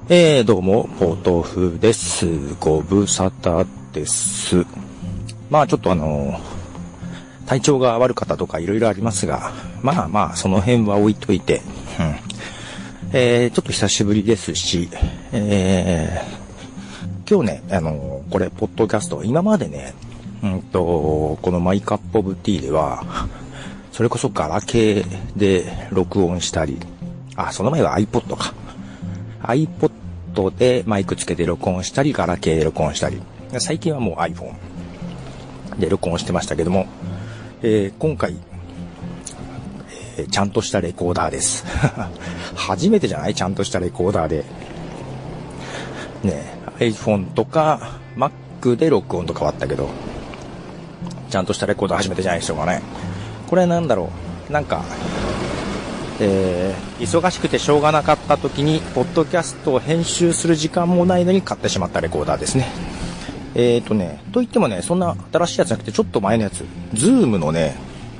どうも、ポトフです。ご無沙汰です。まあちょっと体調が悪かったとかいろいろありますが、まあその辺は置いといて、ちょっと久しぶりですし、今日ね、これ、ポッドキャスト、今までね、このマイカップオブティーでは、それこそガラケーで録音したり、その前は iPod か。iPod でマイクつけて録音したり、ガラケーで録音したり。最近はもう iPhone で録音してましたけども、今回、ちゃんとしたレコーダーです。初めてじゃない？ちゃんとしたレコーダーで。ね、iPhone とか Mac で録音と変わったけど、ちゃんとしたレコーダー初めてじゃないでしょうかね。これなんだろう。なんか、忙しくてしょうがなかった時にポッドキャストを編集する時間もないのに買ってしまったレコーダーですね。と言ってもね、そんな新しいやつじゃなくてちょっと前のやつ、Zoom のね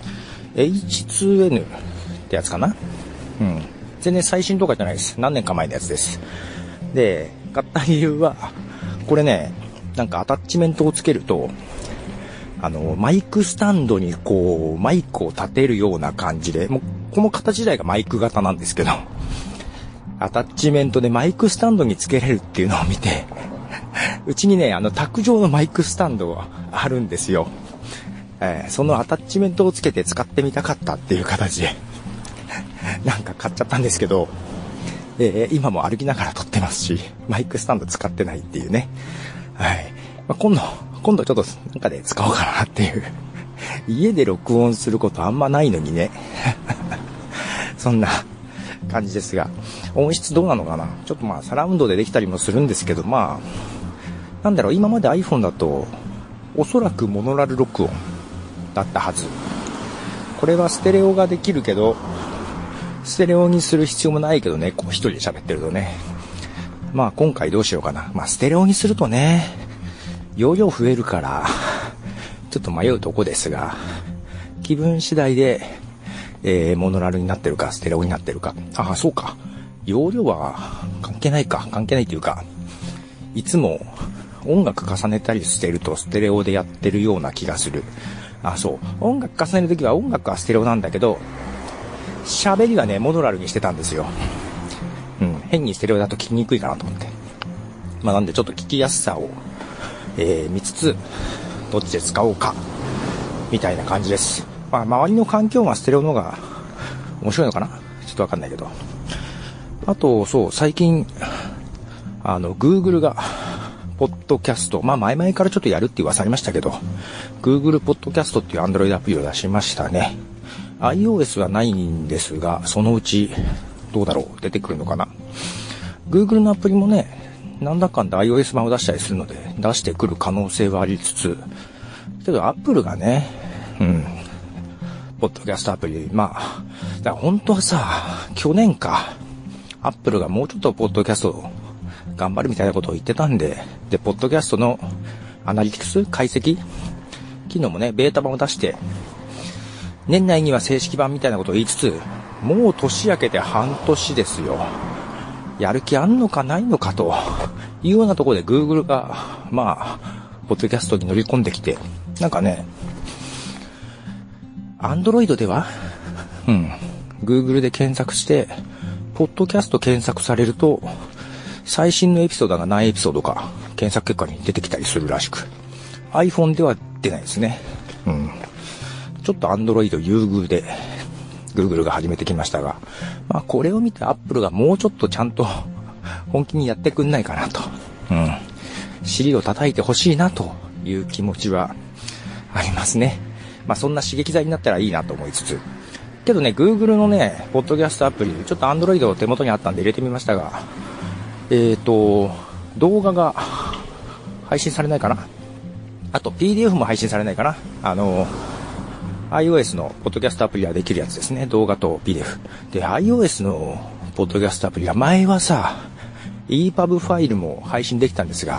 H2N ってやつかな。全然最新とかじゃないです。何年か前のやつです。で、買った理由はこれね、なんかアタッチメントをつけるとマイクスタンドにこうマイクを立てるような感じで、もうこの形自体がマイク型なんですけど、アタッチメントでマイクスタンドにつけれるっていうのを見て、うちにね、卓上のマイクスタンドがあるんですよ。そのアタッチメントをつけて使ってみたかったっていう形でなんか買っちゃったんですけど、今も歩きながら撮ってますし、マイクスタンド使ってないっていうね。今度ちょっとなんかで使おうかなっていう。家で録音することあんまないのにね。そんな感じですが、音質どうなのかな。ちょっとサラウンドでできたりもするんですけど、なんだろう、今まで iPhone だとおそらくモノラル録音だったはず。これはステレオができるけど、ステレオにする必要もないけどね、こう一人で喋ってるとね。今回どうしようかな。ステレオにするとね、容量増えるからちょっと迷うとこですが、気分次第で、モノラルになってるかステレオになってるか。そうか、容量は関係ないというか、いつも音楽重ねたりしてるとステレオでやってるような気がする。そう、音楽重ねるときは音楽はステレオなんだけど、喋りはねモノラルにしてたんですよ。変にステレオだと聞きにくいかなと思って、なんでちょっと聞きやすさを見つつ、どっちで使おうかみたいな感じです。周りの環境がステレオの方が面白いのかな、ちょっとわかんないけど。あとそう、最近Google がポッドキャスト、前々からちょっとやるっていう噂ありましたけど、 Google ポッドキャストっていう Android アプリを出しましたね。 iOS はないんですが、そのうちどうだろう、出てくるのかな。 Google のアプリもね、なんだかんだ iOS 版を出したりするので、出してくる可能性はありつつ、けど Apple がね、ポッドキャストアプリ、だから本当はさ、去年か、Apple がもうちょっとポッドキャストを頑張るみたいなことを言ってたんで、ポッドキャストのアナリティクス解析機能もね、ベータ版を出して、年内には正式版みたいなことを言いつつ、もう年明けて半年ですよ。やる気あんのかないのかというようなところで Google がポッドキャストに乗り込んできて、なんかね、Android ではGoogle で検索してポッドキャスト検索されると、最新のエピソードが何エピソードか検索結果に出てきたりするらしく、 iPhone では出ないですね。ちょっと Android 優遇でGoogle が始めてきましたが、これを見て Apple がもうちょっとちゃんと本気にやってくんないかなと、尻を叩いてほしいなという気持ちはありますね。そんな刺激剤になったらいいなと思いつつ、けどね、Google のねポッドキャストアプリ、ちょっと Android を手元にあったんで入れてみましたが、動画が配信されないかな。あと PDF も配信されないかな。iOS のポッドキャストアプリはできるやつですね。動画と PDF で、 iOS のポッドキャストアプリは前はさ EPUB ファイルも配信できたんですが、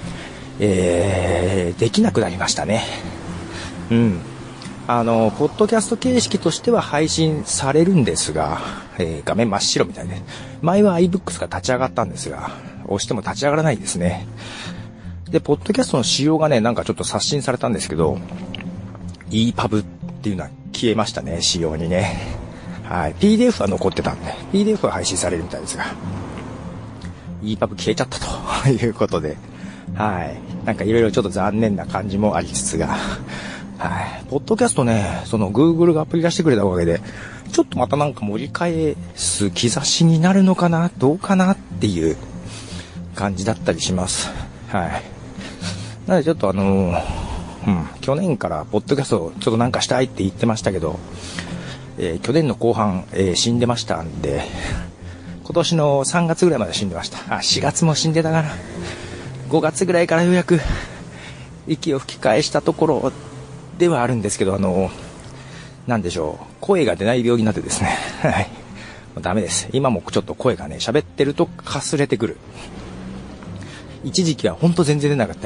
できなくなりましたね。ポッドキャスト形式としては配信されるんですが、画面真っ白みたいで、前は iBooks が立ち上がったんですが、 押しても立ち上がらないですね。で、ポッドキャストの仕様がね、なんかちょっと刷新されたんですけど、EPUB っていうのは消えましたね、仕様にね。はい。PDF は残ってたんで、PDF は配信されるみたいですが、EPUB 消えちゃったということで、はい。なんかいろいろちょっと残念な感じもありつつが、はい。ポッドキャストね、その Google がアプリ出してくれたおかげで、ちょっとまたなんか盛り返す兆しになるのかな、どうかなっていう感じだったりします。はい。なのでちょっと去年からポッドキャストをちょっとなんかしたいって言ってましたけど、去年の後半、死んでましたんで、今年の3月ぐらいまで死んでました。4月も死んでたかな。5月ぐらいからようやく息を吹き返したところではあるんですけど、なんでしょう、声が出ない病気になってですね、はい、ダメです。今もちょっと声がね、喋ってるとかすれてくる。一時期はほんと全然出なかった。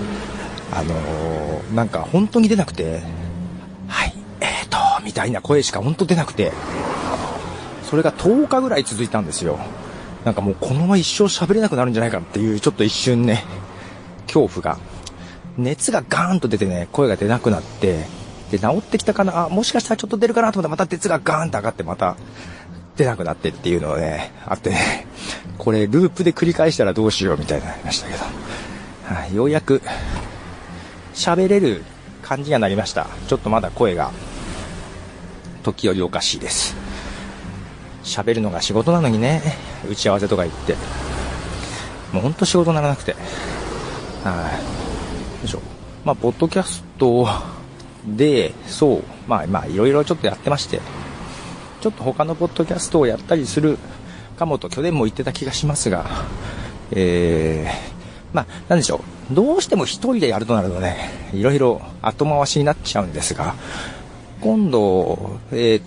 なんか本当に出なくて、はい、みたいな声しか本当出なくて、それが10日ぐらい続いたんですよ。なんかもうこのまま一生喋れなくなるんじゃないかっていう、ちょっと一瞬ね、恐怖が。熱がガーンと出てね、声が出なくなって、で、治ってきたかな、もしかしたらちょっと出るかなと思ったらまた熱がガーンと上がってまた出なくなってっていうのをね、あってね、これループで繰り返したらどうしようみたいになりましたけど、はい、ようやく喋れる感じにはなりました。ちょっとまだ声が時折おかしいです。喋るのが仕事なのにね、打ち合わせとか行ってもうほんと仕事にならなくて、はい、でしょ。まあポッドキャストで、そう、まあいろいろちょっとやってまして、ちょっと他のポッドキャストをやったりするかもと去年も言ってた気がしますが、まあなんでしょう、どうしても一人でやるとなるとね、いろいろ後回しになっちゃうんですが、今度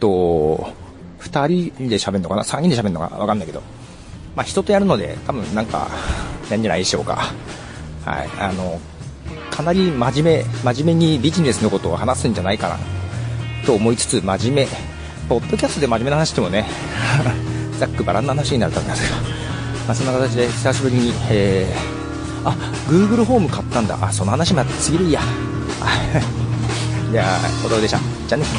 2人で喋るのかな、3人で喋るのかわかんないけど、まあ人とやるので多分なんかなんじゃないでしょうか。はい、かなり真面目にビジネスのことを話すんじゃないかなと思いつつ、真面目、ポッドキャストで真面目な話してもねざっくばらんな話になると思いますが、まあ、そんな形で久しぶりに、Google ホーム買ったんだ。その話も次でいいや。じゃあ小峠でした。じゃあね。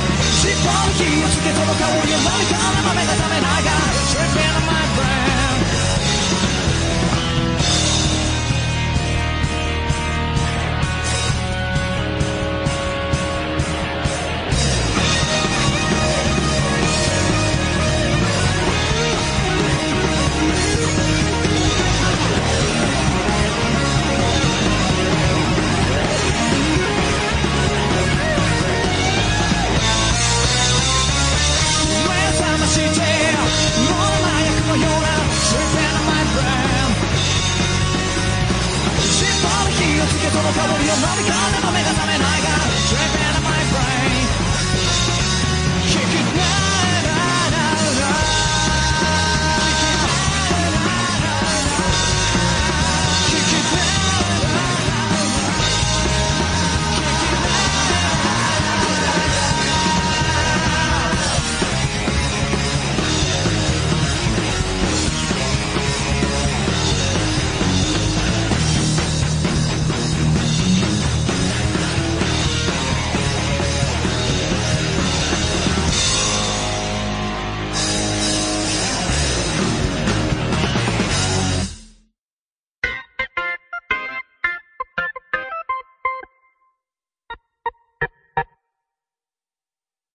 気をつけとの香りを飲み込んだ豆が覚めないから Tripping on my brain